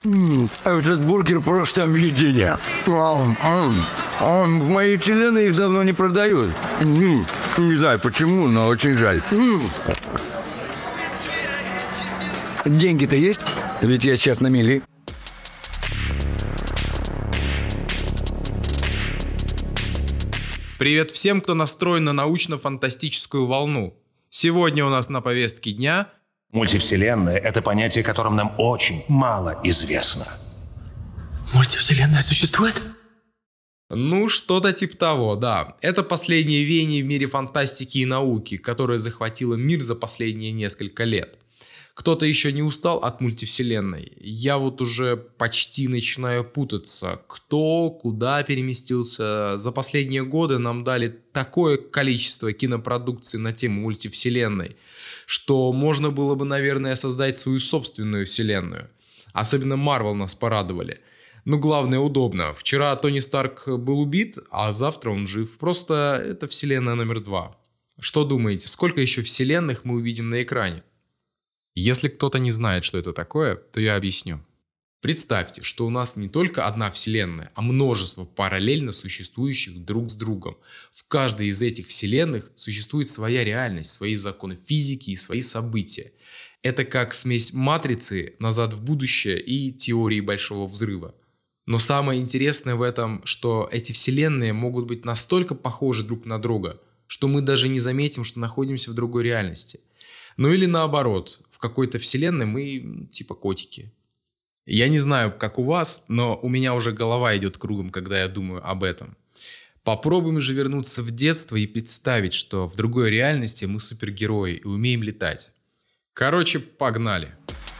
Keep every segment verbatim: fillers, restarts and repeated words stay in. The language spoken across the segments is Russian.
М, Этот бургер просто объедение. Ам, ам, ам, В моей вселенной их давно не продают. М, Не знаю почему, но очень жаль. М. Деньги-то есть? Ведь я сейчас на мели. Привет всем, кто настроен на научно-фантастическую волну. Сегодня у нас на повестке дня... Мультивселенная – это понятие, которым нам очень мало известно. Мультивселенная существует? Ну, что-то типа того, да. Это последнее веяние в мире фантастики и науки, которое захватило мир за последние несколько лет. Кто-то еще не устал от мультивселенной? Я вот уже почти начинаю путаться, кто куда переместился. За последние годы нам дали такое количество кинопродукции на тему мультивселенной, что можно было бы, наверное, создать свою собственную вселенную. Особенно Marvel нас порадовали. Но главное, удобно. Вчера Тони Старк был убит, а завтра он жив. Просто это вселенная номер два. Что думаете, сколько еще вселенных мы увидим на экране? Если кто-то не знает, что это такое, то я объясню. Представьте, что у нас не только одна вселенная, а множество параллельно существующих друг с другом. В каждой из этих вселенных существует своя реальность, свои законы физики и свои события. Это как смесь матрицы, назад в будущее и теории большого взрыва. Но самое интересное в этом, что эти вселенные могут быть настолько похожи друг на друга, что мы даже не заметим, что находимся в другой реальности. Ну или наоборот, в какой-то вселенной мы типа котики. Я не знаю, как у вас, но у меня уже голова идет кругом, когда я думаю об этом. Попробуем же вернуться в детство и представить, что в другой реальности мы супергерои и умеем летать. Короче, погнали.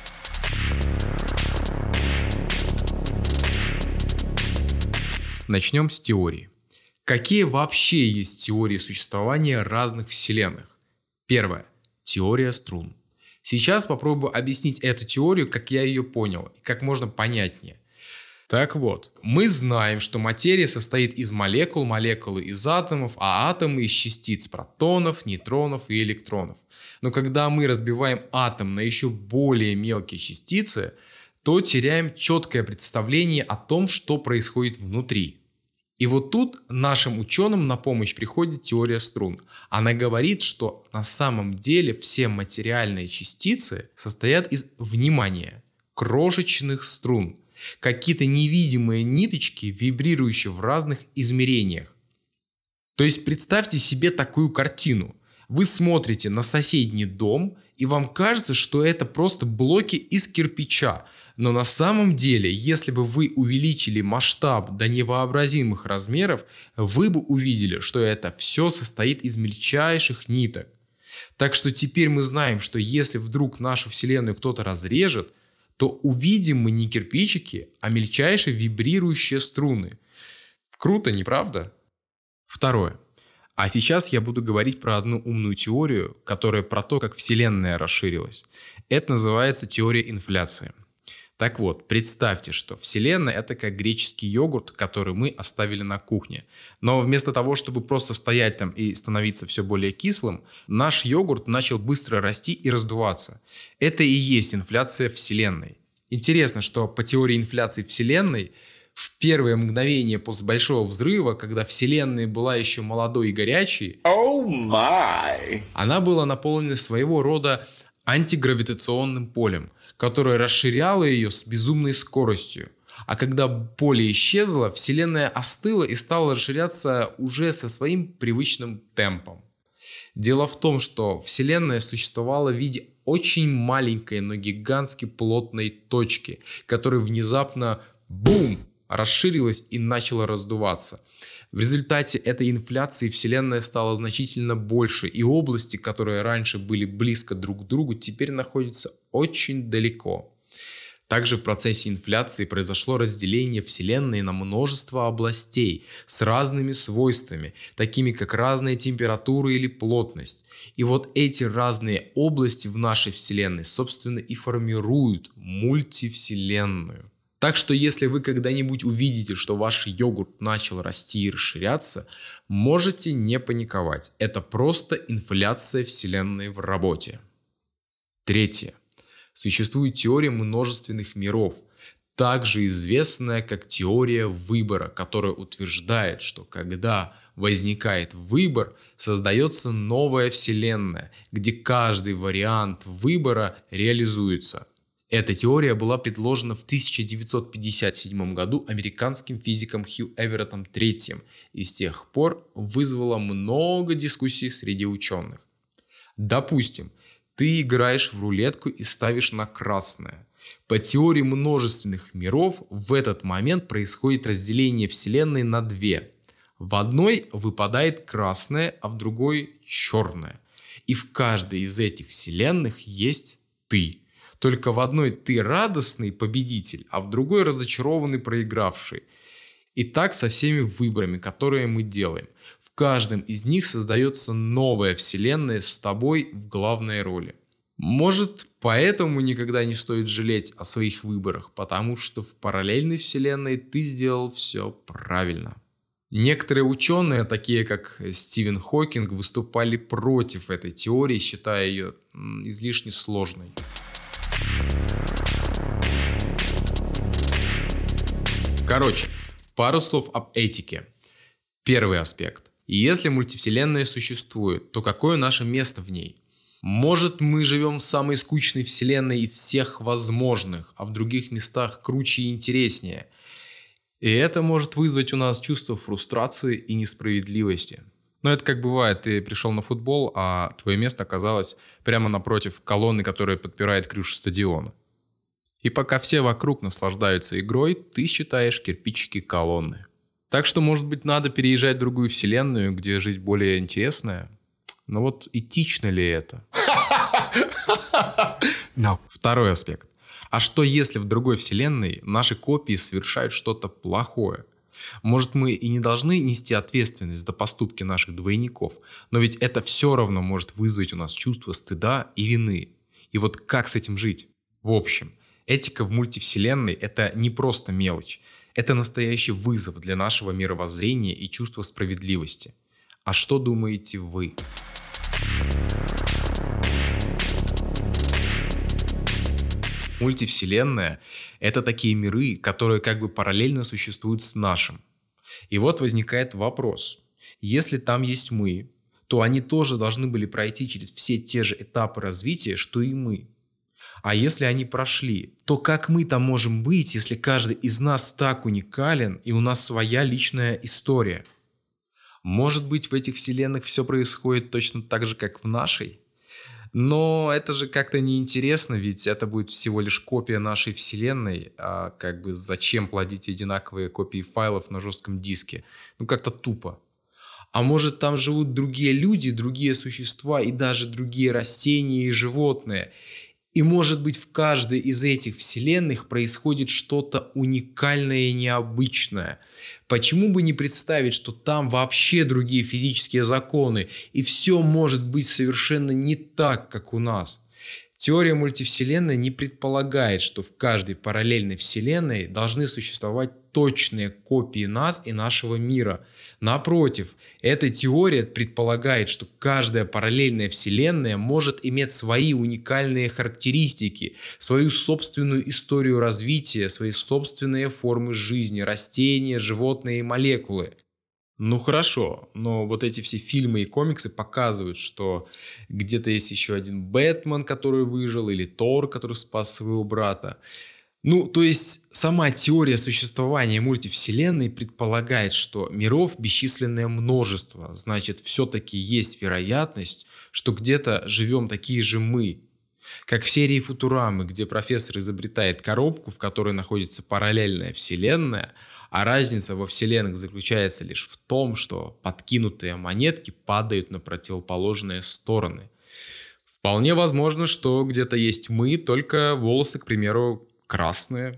Начнем с теории. Какие вообще есть теории существования разных вселенных? Первое. Теория струн. Сейчас попробую объяснить эту теорию, как я ее понял, и как можно понятнее. Так вот, мы знаем, что материя состоит из молекул, молекулы из атомов, а атомы из частиц протонов, нейтронов и электронов. Но когда мы разбиваем атом на еще более мелкие частицы, то теряем четкое представление о том, что происходит внутри. И вот тут нашим ученым на помощь приходит теория струн. Она говорит, что на самом деле все материальные частицы состоят из, внимания, крошечных струн. Какие-то невидимые ниточки, вибрирующие в разных измерениях. То есть представьте себе такую картину. Вы смотрите на соседний дом, и вам кажется, что это просто блоки из кирпича. Но на самом деле, если бы вы увеличили масштаб до невообразимых размеров, вы бы увидели, что это все состоит из мельчайших ниток. Так что теперь мы знаем, что если вдруг нашу Вселенную кто-то разрежет, то увидим мы не кирпичики, а мельчайшие вибрирующие струны. Круто, не правда? Второе. А сейчас я буду говорить про одну умную теорию, которая про то, как Вселенная расширилась. Это называется теория инфляции. Так вот, представьте, что Вселенная – это как греческий йогурт, который мы оставили на кухне. Но вместо того, чтобы просто стоять там и становиться все более кислым, наш йогурт начал быстро расти и раздуваться. Это и есть инфляция Вселенной. Интересно, что по теории инфляции Вселенной, в первые мгновения после Большого взрыва, когда Вселенная была еще молодой и горячей, Oh my. она была наполнена своего рода антигравитационным полем, которое расширяло ее с безумной скоростью. А когда поле исчезло, Вселенная остыла и стала расширяться уже со своим привычным темпом. Дело в том, что Вселенная существовала в виде очень маленькой, но гигантски плотной точки, которая внезапно бум! Расширилась и начала раздуваться. В результате этой инфляции Вселенная стала значительно больше, и области, которые раньше были близко друг к другу, теперь находятся очень далеко. Также в процессе инфляции произошло разделение Вселенной на множество областей с разными свойствами, такими как разная температура или плотность. И вот эти разные области в нашей Вселенной, собственно, и формируют мультивселенную. Так что если вы когда-нибудь увидите, что ваш йогурт начал расти и расширяться, можете не паниковать. Это просто инфляция Вселенной в работе. Третье. Существует теория множественных миров. также известная как теория выбора, которая утверждает, что когда возникает выбор, создается новая вселенная, где каждый вариант выбора реализуется. Эта теория была предложена в тысяча девятьсот пятьдесят седьмом году американским физиком Хью Эвереттом третьим и с тех пор вызвала много дискуссий среди ученых. Допустим, ты играешь в рулетку и ставишь на красное. По теории множественных миров в этот момент происходит разделение Вселенной на две. В одной выпадает красное, а в другой черное. И в каждой из этих вселенных есть ты. Только в одной ты радостный победитель, а в другой разочарованный проигравший. И так со всеми выборами, которые мы делаем. В каждом из них создается новая вселенная с тобой в главной роли. Может, поэтому никогда не стоит жалеть о своих выборах, потому что в параллельной вселенной ты сделал все правильно. Некоторые ученые, такие как Стивен Хокинг, выступали против этой теории, считая ее излишне сложной. Короче, пару слов об этике. Первый аспект. Если мультивселенная существует, то какое наше место в ней? Может, мы живем в самой скучной вселенной из всех возможных, а в других местах круче и интереснее. И это может вызвать у нас чувство фрустрации и несправедливости. Но это как бывает, ты пришел на футбол, а твое место оказалось прямо напротив колонны, которая подпирает крышу стадиона. И пока все вокруг наслаждаются игрой, ты считаешь кирпичики колонны. Так что, может быть, надо переезжать в другую вселенную, где жизнь более интересная? Но вот этично ли это? No. Второй аспект. А что если в другой вселенной наши копии совершают что-то плохое? Может, мы и не должны нести ответственность за поступки наших двойников, но ведь это все равно может вызвать у нас чувство стыда и вины. И вот как с этим жить? В общем, этика в мультивселенной – это не просто мелочь. Это настоящий вызов для нашего мировоззрения и чувства справедливости. А что думаете вы? Мультивселенная – это такие миры, которые как бы параллельно существуют с нашим. И вот возникает вопрос. Если там есть мы, то они тоже должны были пройти через все те же этапы развития, что и мы. А если они прошли, то как мы там можем быть, если каждый из нас так уникален и у нас своя личная история? Может быть, в этих вселенных все происходит точно так же, как в нашей? Но это же как-то неинтересно, ведь это будет всего лишь копия нашей вселенной, а как бы зачем плодить одинаковые копии файлов на жестком диске? Ну как-то тупо. А может, там живут другие люди, другие существа и даже другие растения и животные? И может быть, в каждой из этих вселенных происходит что-то уникальное и необычное. Почему бы не представить, что там вообще другие физические законы, и все может быть совершенно не так, как у нас? Теория мультивселенной не предполагает, что в каждой параллельной вселенной должны существовать точные копии нас и нашего мира. Напротив, эта теория предполагает, что каждая параллельная вселенная может иметь свои уникальные характеристики, свою собственную историю развития, свои собственные формы жизни, растения, животные и молекулы. Ну хорошо, но вот эти все фильмы и комиксы показывают, что где-то есть еще один Бэтмен, который выжил, или Тор, который спас своего брата. Ну, то есть сама теория существования мультивселенной предполагает, что миров бесчисленное множество. Значит, все-таки есть вероятность, что где-то живем такие же мы. Как в серии Футурамы, где профессор изобретает коробку, в которой находится параллельная вселенная, а разница во вселенных заключается лишь в том, что подкинутые монетки падают на противоположные стороны. Вполне возможно, что где-то есть мы, только волосы, к примеру, красные.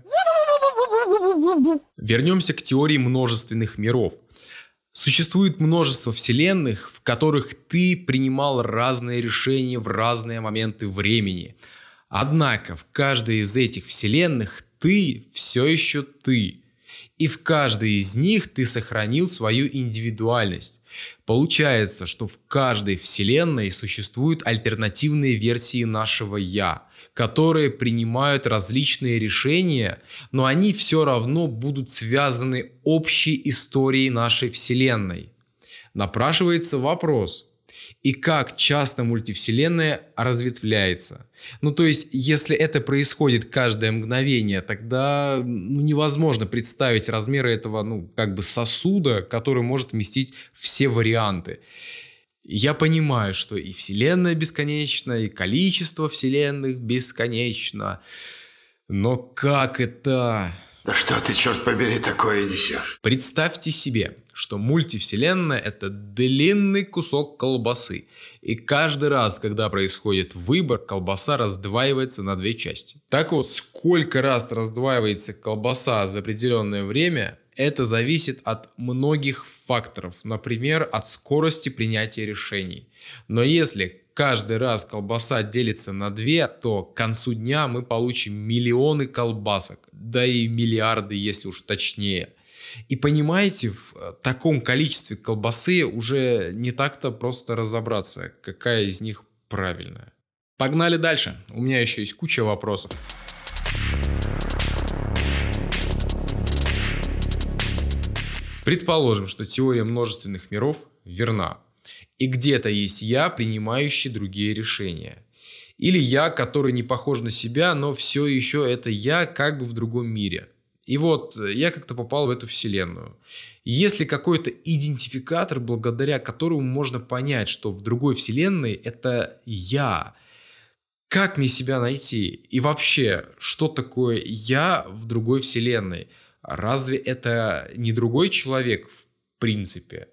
Вернемся к теории множественных миров. Существует множество вселенных, в которых ты принимал разные решения в разные моменты времени. Однако в каждой из этих вселенных ты все еще ты. И в каждой из них ты сохранил свою индивидуальность. Получается, что в каждой вселенной существуют альтернативные версии нашего «я», которые принимают различные решения, но они все равно будут связаны общей историей нашей вселенной. Напрашивается вопрос: и как часто мультивселенная разветвляется? Ну, то есть, если это происходит каждое мгновение, тогда ну, невозможно представить размеры этого, ну, как бы сосуда, который может вместить все варианты. Я понимаю, что и вселенная бесконечна, и количество вселенных бесконечно. Но как это? Да что ты, черт побери, такое несешь? Представьте себе, что мультивселенная — это длинный кусок колбасы. И каждый раз, когда происходит выбор, колбаса раздваивается на две части. Так вот, сколько раз раздваивается колбаса за определенное время, это зависит от многих факторов. Например, от скорости принятия решений. Но если каждый раз колбаса делится на две, то к концу дня мы получим миллионы колбасок. Да и миллиарды, если уж точнее. И понимаете, в таком количестве колбасы уже не так-то просто разобраться, какая из них правильная. Погнали дальше. У меня еще есть куча вопросов. Предположим, что теория множественных миров верна. И где-то есть я, принимающий другие решения. Или я, который не похож на себя, но все еще это я как бы в другом мире. И вот я как-то попал в эту вселенную. Есть ли какой-то идентификатор, благодаря которому можно понять, что в другой вселенной это я? Как мне себя найти? И вообще, что такое я в другой вселенной? Разве это не другой человек в принципе?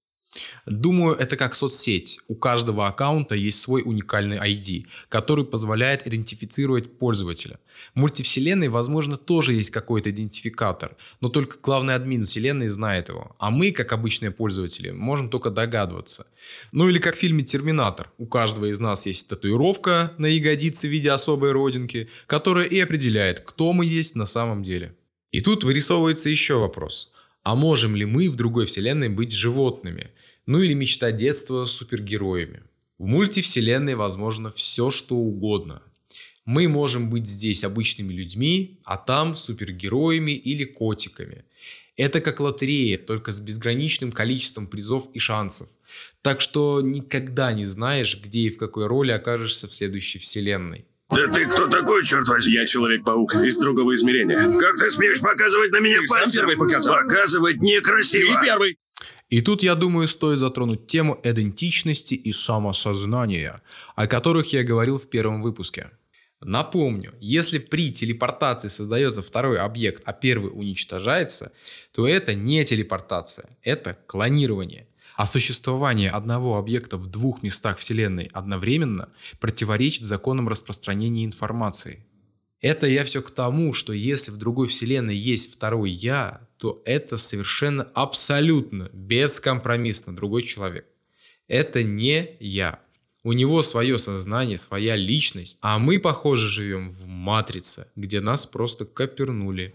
Думаю, это как соцсеть. У каждого аккаунта есть свой уникальный ай ди, который позволяет идентифицировать пользователя. В мультивселенной, возможно, тоже есть какой-то идентификатор, но только главный админ вселенной знает его. А мы, как обычные пользователи, можем только догадываться. Ну или как в фильме «Терминатор». У каждого из нас есть татуировка на ягодице в виде особой родинки, которая и определяет, кто мы есть на самом деле. И тут вырисовывается еще вопрос. А можем ли мы в другой вселенной быть животными? Ну или мечта детства супергероями? В мультивселенной возможно все, что угодно. Мы можем быть здесь обычными людьми, а там супергероями или котиками. Это как лотерея, только с безграничным количеством призов и шансов. Так что никогда не знаешь, где и в какой роли окажешься в следующей вселенной. Да ты кто такой, черт возьми? Я Человек-паук из другого измерения. Как ты смеешь показывать на меня Ты сам пальцем? первый показал. Показывать некрасиво. Ты первый. И тут, я думаю, стоит затронуть тему идентичности и самосознания, о которых я говорил в первом выпуске. Напомню, если при телепортации создается второй объект, а первый уничтожается, то это не телепортация, это клонирование. А существование одного объекта в двух местах Вселенной одновременно противоречит законам распространения информации. Это я все к тому, что если в другой вселенной есть второй я, то это совершенно абсолютно бескомпромиссно другой человек. Это не я. У него свое сознание, своя личность, а мы, похоже, живем в матрице, где нас просто копернули.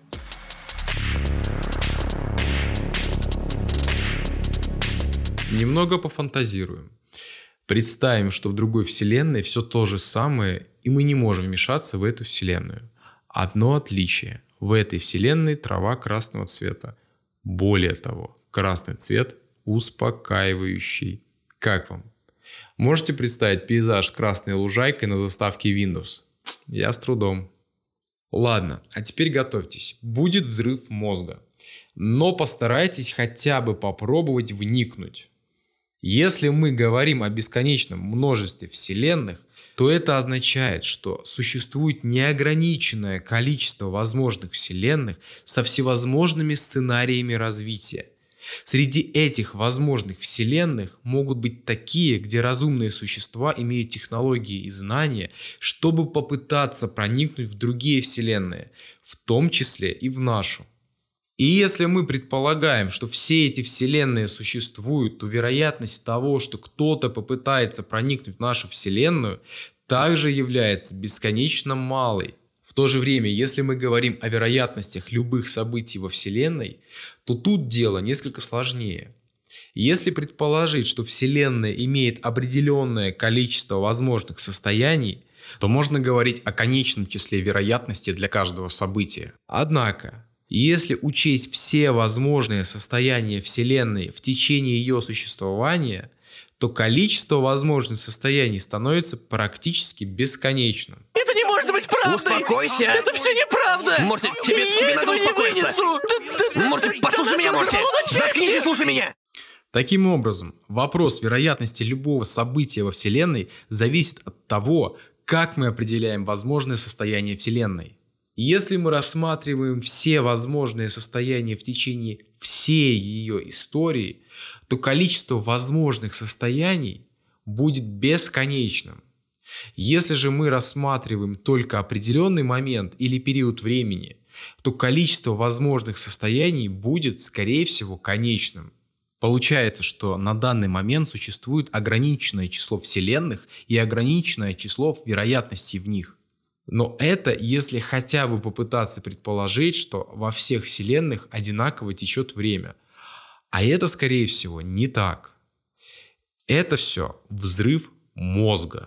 Немного пофантазируем. Представим, что в другой вселенной все то же самое, и мы не можем вмешаться в эту вселенную. Одно отличие. В этой вселенной трава красного цвета. Более того, красный цвет успокаивающий. Как вам? Можете представить пейзаж с красной лужайкой на заставке Windows? Я с трудом. Ладно, а теперь готовьтесь. Будет взрыв мозга. Но постарайтесь хотя бы попробовать вникнуть. Если мы говорим о бесконечном множестве вселенных, то это означает, что существует неограниченное количество возможных вселенных со всевозможными сценариями развития. Среди этих возможных вселенных могут быть такие, где разумные существа имеют технологии и знания, чтобы попытаться проникнуть в другие вселенные, в том числе и в нашу. И если мы предполагаем, что все эти вселенные существуют, то вероятность того, что кто-то попытается проникнуть в нашу вселенную, также является бесконечно малой. В то же время, если мы говорим о вероятностях любых событий во вселенной, то тут дело несколько сложнее. Если предположить, что Вселенная имеет определенное количество возможных состояний, то можно говорить о конечном числе вероятностей для каждого события. Однако, если учесть все возможные состояния Вселенной в течение ее существования, то количество возможных состояний становится практически бесконечным. Это не может быть правдой! Успокойся! Это все неправда! Морти, тебе, Я тебе этого надо не успокоиться! вынесу! Да, да, да, Морти, да, послушай да, меня, да, Морти! рвало на части! Заткнись и слушай меня! Таким образом, вопрос вероятности любого события во Вселенной зависит от того, как мы определяем возможные состояния Вселенной. Если мы рассматриваем все возможные состояния в течение всей ее истории, то количество возможных состояний будет бесконечным. Если же мы рассматриваем только определенный момент или период времени, то количество возможных состояний будет, скорее всего, конечным. Получается, что на данный момент существует ограниченное число вселенных и ограниченное число вероятностей в них. Но это если хотя бы попытаться предположить, что во всех вселенных одинаково течет время. А это, скорее всего, не так. Это все взрыв мозга.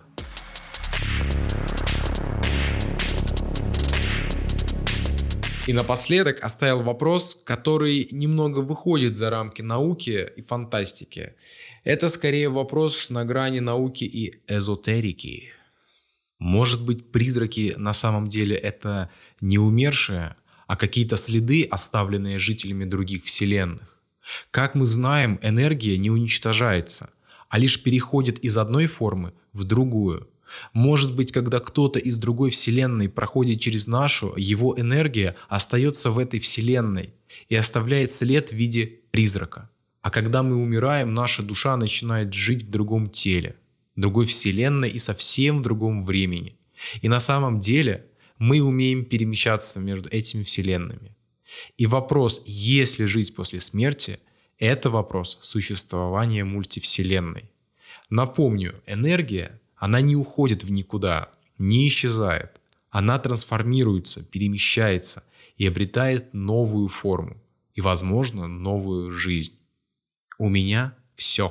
И напоследок оставил вопрос, который немного выходит за рамки науки и фантастики. Это скорее вопрос на грани науки и эзотерики. Может быть, призраки на самом деле это не умершие, а какие-то следы, оставленные жителями других вселенных. Как мы знаем, энергия не уничтожается, а лишь переходит из одной формы в другую. Может быть, когда кто-то из другой вселенной проходит через нашу, его энергия остается в этой вселенной и оставляет след в виде призрака. А когда мы умираем, наша душа начинает жить в другом теле, другой вселенной и совсем в другом времени. И на самом деле мы умеем перемещаться между этими вселенными. И вопрос, есть ли жизнь после смерти, это вопрос существования мультивселенной. Напомню, энергия, она не уходит в никуда, не исчезает. Она трансформируется, перемещается и обретает новую форму и, возможно, новую жизнь. У меня все.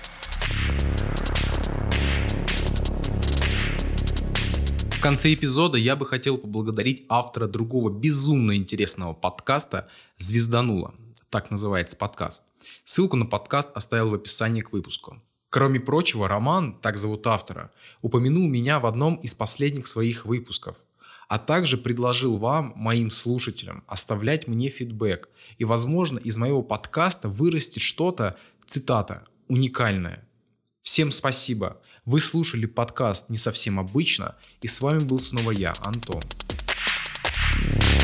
В конце эпизода я бы хотел поблагодарить автора другого безумно интересного подкаста «Звездануло». Так называется подкаст. Ссылку на подкаст оставил в описании к выпуску. Кроме прочего, Роман, так зовут автора, упомянул меня в одном из последних своих выпусков, а также предложил вам, моим слушателям, оставлять мне фидбэк. И, возможно, из моего подкаста вырастет что-то, цитата, уникальное. Всем спасибо. Вы слушали подкаст «Не совсем обычно», и с вами был снова я, Антон.